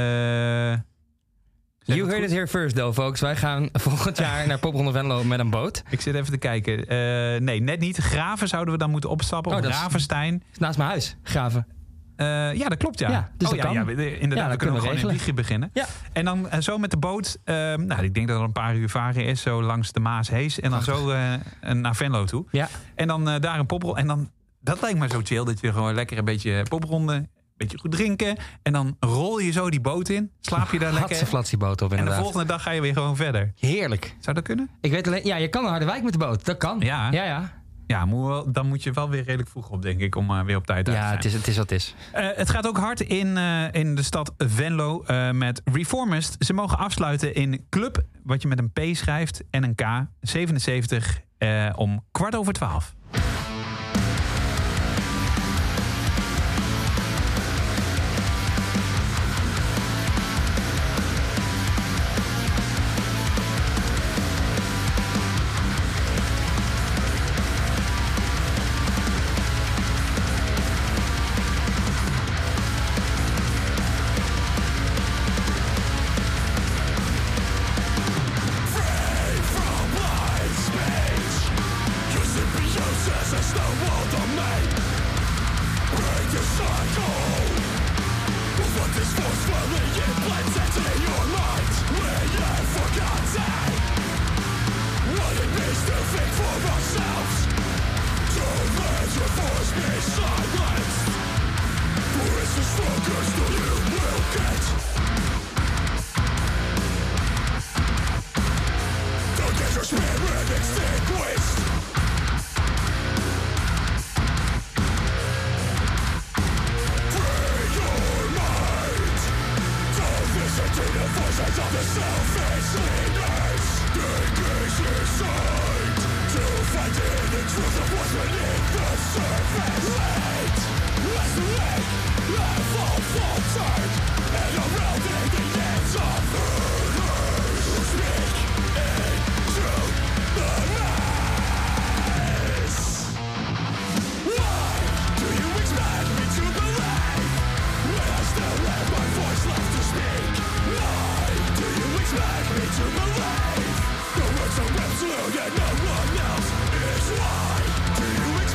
You heard it here first, though, folks. Wij gaan volgend jaar naar Popronde Venlo met een boot. Ik zit even te kijken. Uh, nee, net niet. Graven zouden we dan moeten opstappen. Oh, Of dat is- Ravenstein. Is naast mijn huis, Graven. Uh, ja, dat klopt, ja. Ja, dus oh, dat ja, kan. ja, we- inderdaad, Ja, we dat kunnen kunnen we gewoon in regelen. Wiegje beginnen. Ja. En dan uh, zo met de boot. Uh, nou, ik denk dat er een paar uur varen is. Zo langs de Maas Hees. En dan zo uh, naar Venlo toe. Ja. En dan uh, daar een poprol. En dan, dat lijkt me zo chill. Dat je gewoon lekker een beetje popronden. Een beetje goed drinken. En dan rol je zo die boot in. Slaap je daar lekker. Hatseflats die boot op, En de inderdaad. volgende dag ga je weer gewoon verder. Heerlijk. Zou dat kunnen? Ik weet alleen, ja, je kan naar Harderwijk met de boot. Dat kan. Ja. Ja, ja. Ja, moet wel, dan moet je wel weer redelijk vroeg op, denk ik. Om uh, weer op tijd uit te Ja, zijn. het is, het is wat het is. Uh, het gaat ook hard in, uh, in de stad Venlo uh, met Reformist. Ze mogen afsluiten in Club, wat je met een P schrijft en een K, zevenenzeventig uh, om kwart over twaalf.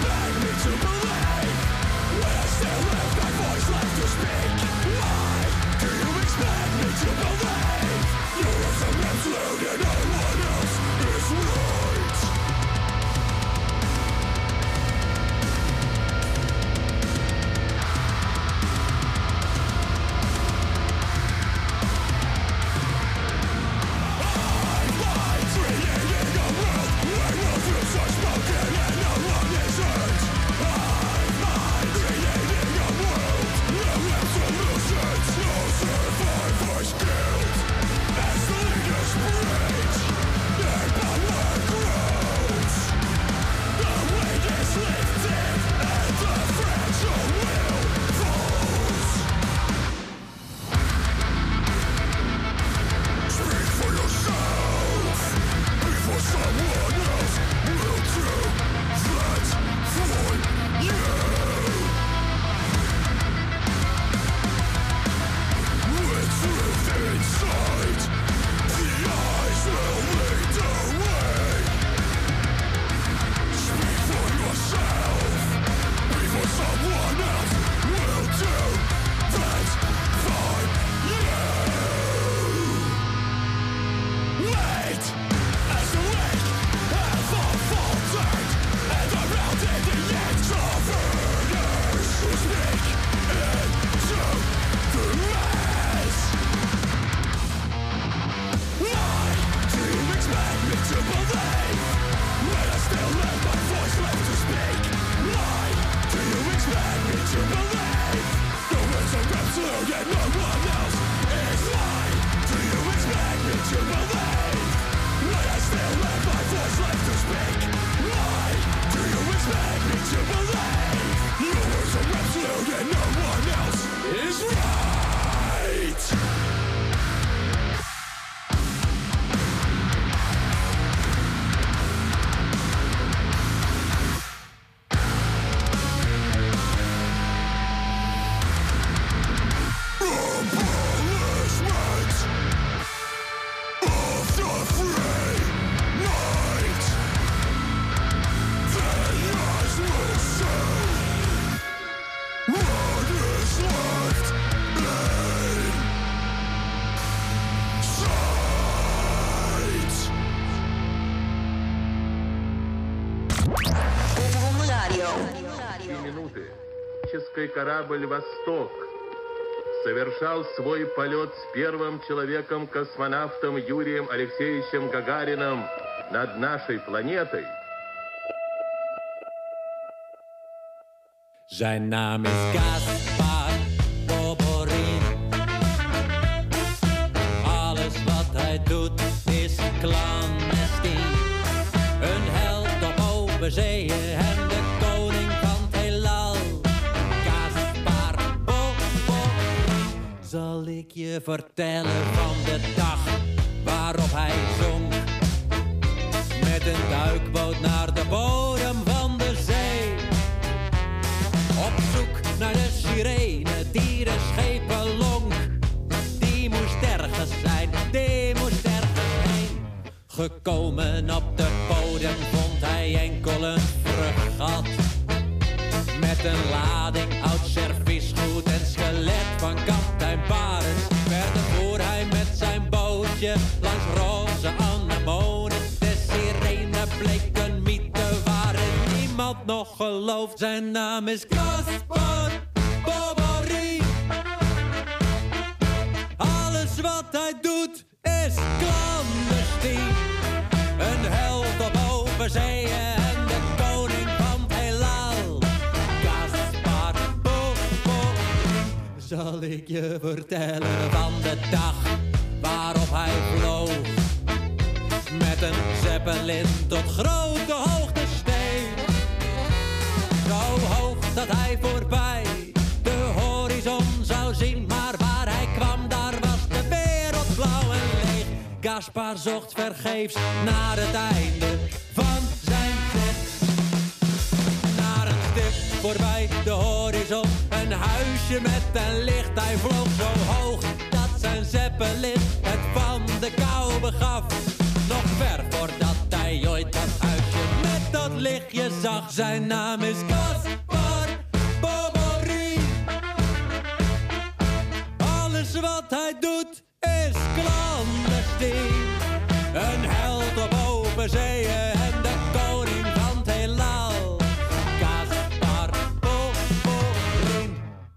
Still left my voice left to speak. Why космический корабль «Восток» совершал свой полет с первым человеком-космонавтом Юрием Алексеевичем Гагарином над нашей планетой. Zijn naam is Gaspar Boborin. Alles wat hij doet is clandestien. Een held op open zeeën en de koning van het heelal. Gaspar Boborin. Zal ik je vertellen van de dag waarop hij zonk. Met een duikboot naar de bodem van de zee. Op zoek naar de sirene die de schepen lonk. Die moest ergens zijn, die moest ergens heen. Gekomen op de bodem vond hij enkel een fregat. Met een lading oud serviesgoed en skelet van kapitein Barends. Verder voer hij met zijn bootje langs roze anemonen. De sirene bleek een mythe waarin niemand nog gelooft. Zijn naam is Gaspar Boborin. Alles wat hij doet is clandestien. Een held op open zeeën en de koning van het heelal. Gaspar Boborin. Zal ik je vertellen van de dag waarop hij vloog. Met een zeppelin tot grote hoogte steeg. Zo hoog dat hij voorbij de horizon zou zien. Maar waar hij kwam, daar was de wereld blauw en leeg. Gaspar zocht vergeefs naar het einde van zijn zet. Naar een stip voorbij de horizon, een huisje met een licht. Hij vloog zo hoog dat zijn zeppelin het van de kou begaf. Nog ver voordat hij ooit dat huisje met dat lichtje zag. Zijn naam is Gaspar Boborin. Alles wat hij doet is clandestien. Een held op open zeeën en de koning van het heelal. Gaspar Boborin.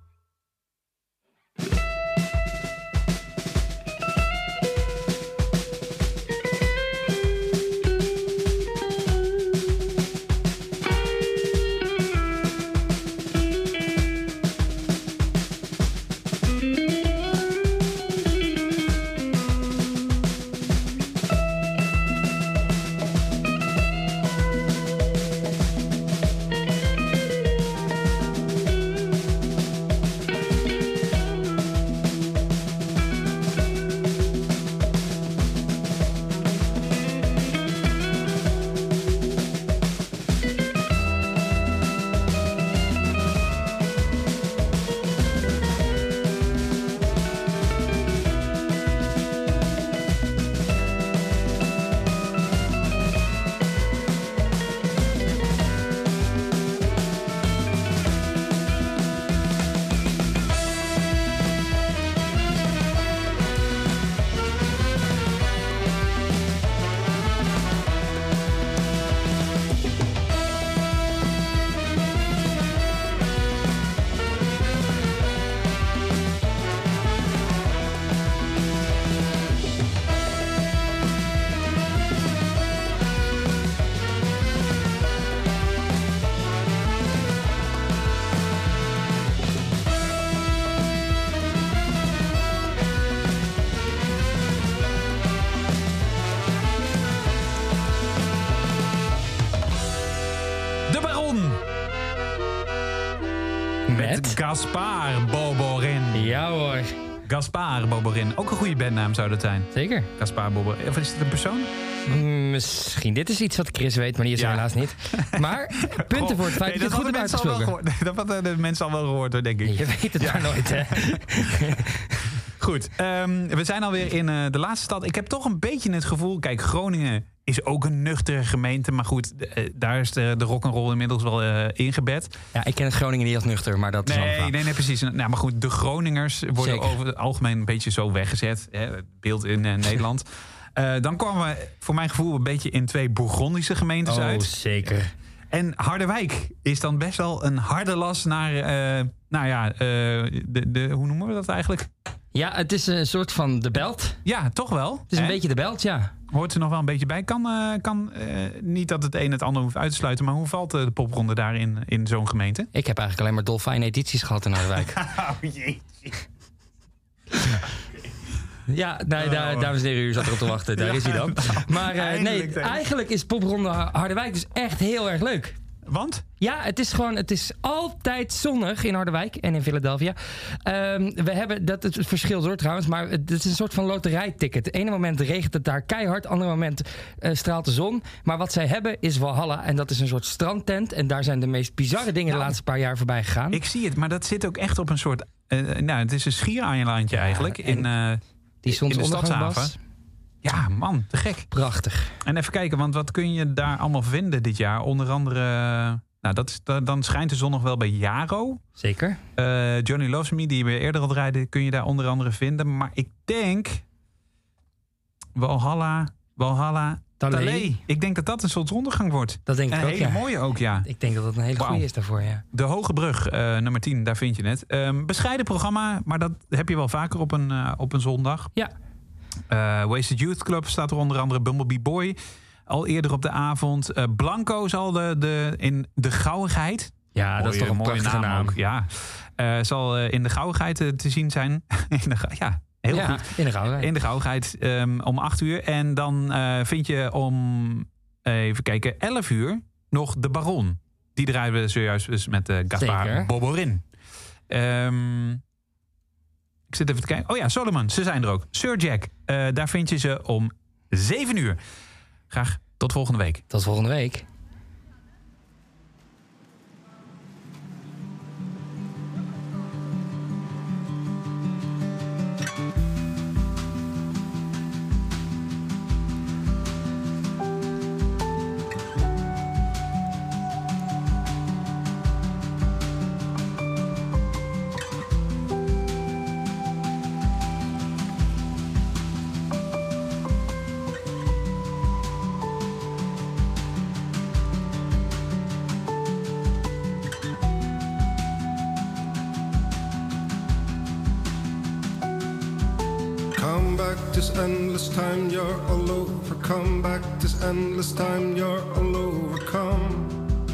Met Gaspar Boborin. Ja hoor. Gaspar Boborin. Ook een goede bandnaam zou dat zijn. Zeker. Gaspar Boborin. Of is het een persoon? Mm, misschien. Dit is iets wat Chris weet, maar die is Ja. er helaas niet. Maar punten Goh, voor het feit nee, dat je het goed hebt hadden mensen al wel uitgesproken. gehoord. Dat hadden de mensen al wel gehoord, hoor, denk ik. Je weet het maar nooit, hè. Goed, um, we zijn alweer in uh, de laatste stad. Ik heb toch een beetje het gevoel... Kijk, Groningen is ook een nuchtere gemeente. Maar goed, uh, daar is de, de rock'n'roll inmiddels wel uh, ingebed. Ja, ik ken Groningen niet als nuchter, maar dat is Nee, wel een nee, nee, precies. Nou, maar goed, de Groningers worden Zeker. over het algemeen een beetje zo weggezet. Hè, het beeld in uh, Nederland. Uh, dan kwamen we voor mijn gevoel een beetje in twee Bourgondische gemeentes Oh, uit. zeker. En Harderwijk is dan best wel een harde las naar, uh, nou ja, uh, de, de, hoe noemen we dat eigenlijk? Ja, het is een soort van de belt. Ja, toch wel. Het is een en? beetje de belt, ja. Hoort er nog wel een beetje bij. Kan, uh, kan uh, niet dat het een het ander hoeft uit te sluiten, maar hoe valt uh, de popronde daar in, in zo'n gemeente? Ik heb eigenlijk alleen maar dolfijne edities gehad in Harderwijk. Oh jeetje. Ja, nee, daar, dames en heren, u zat erop te wachten. Daar ja, is hij dan. Maar uh, eindelijk, nee, eigenlijk is popronde Harderwijk dus echt heel erg leuk. Want? Ja, het is gewoon, het is altijd zonnig in Harderwijk en in Philadelphia. Um, we hebben, dat het verschil door trouwens, maar het is een soort van loterijticket. Het ene moment regent het daar keihard, het andere moment uh, straalt de zon. Maar wat zij hebben is Walhalla en dat is een soort strandtent. En daar zijn de meest bizarre dingen nou, de laatste paar jaar voorbij gegaan. Ik zie het, maar dat zit ook echt op een soort, uh, nou het is een schiereilandje ja, eigenlijk in, uh, die in de stadshaven. Ja, man, te gek. Prachtig. En even kijken, want wat kun je daar allemaal vinden dit jaar? Onder andere, nou, dat is, dan schijnt de zon nog wel bij Jaro. Zeker. Uh, Johnny Loves Me, die we eerder al draaiden, kun je daar onder andere vinden. Maar ik denk, Walhalla, Walhalla, Talé. Ik denk dat dat een soort ondergang wordt. Dat denk ik en ook, een hele ja. mooie ook, ja. Ik denk dat dat een hele wow. goede is daarvoor, ja. De Hoge Brug, uh, nummer tien, daar vind je het. Um, bescheiden programma, maar dat heb je wel vaker op een, uh, op een zondag. Ja. Uh, Wasted Youth Club staat er onder andere, Bumblebee Boy. Al eerder op de avond. Uh, Blanco zal de, de, in de Gauwigheid. Ja, mooie, dat is toch een mooie naam, naam. Ook. Ja. Uh, zal uh, in de Gauwigheid uh, te zien zijn. in de, ja, heel ja, goed. In de Gauwigheid. In de Gauwigheid um, om acht uur. En dan uh, vind je om, uh, even kijken, elf uur nog de Baron. Die draaien we zojuist dus met uh, Gaspar Boborin. Um, Ik zit even te kijken. Oh ja, Solomon, ze zijn er ook. Sir Jack, uh, daar vind je ze om zeven uur. Graag tot volgende week. Tot volgende week. Come back this endless time, you're all over. Come back this endless time, you're all over. Come.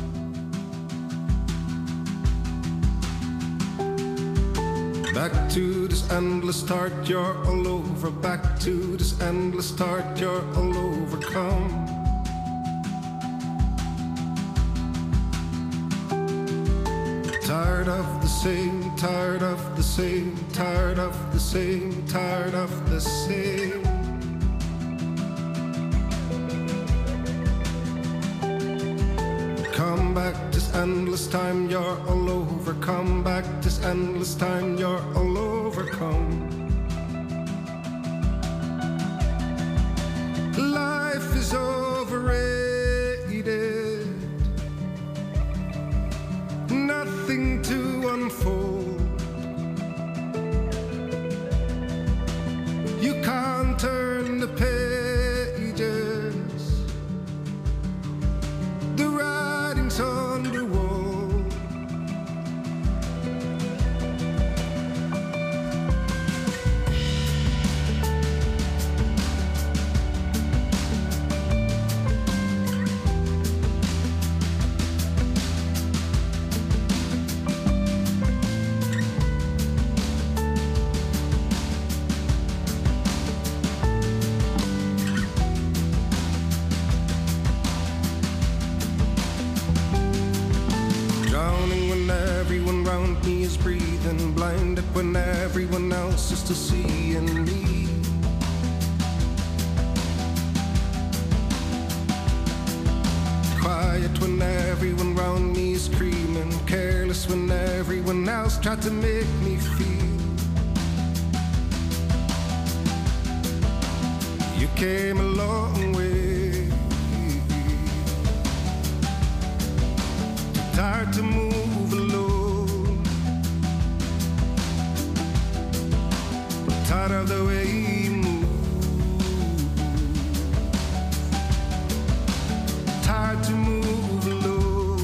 Back to this endless start, you're all over. Back to this endless start, you're all over. Come. Tired of the same, tired of the same, tired of the same, tired of the same. Come back this endless time, you're all over. Come back this endless time, you're all over. Come. Life is overrated. Nothing to unfold. You can't turn the pages. The writing's on the wall. Breathing, blinded when everyone else is still seeing me. Quiet when everyone around me is screaming, careless when everyone else tried to make me feel. You came a long way, too tired to move alone. Tired of the way you move. Tired to move alone.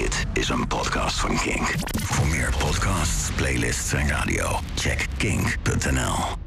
Dit is een podcast van Kink. Voor meer podcasts, playlists en radio, check kink punt n l.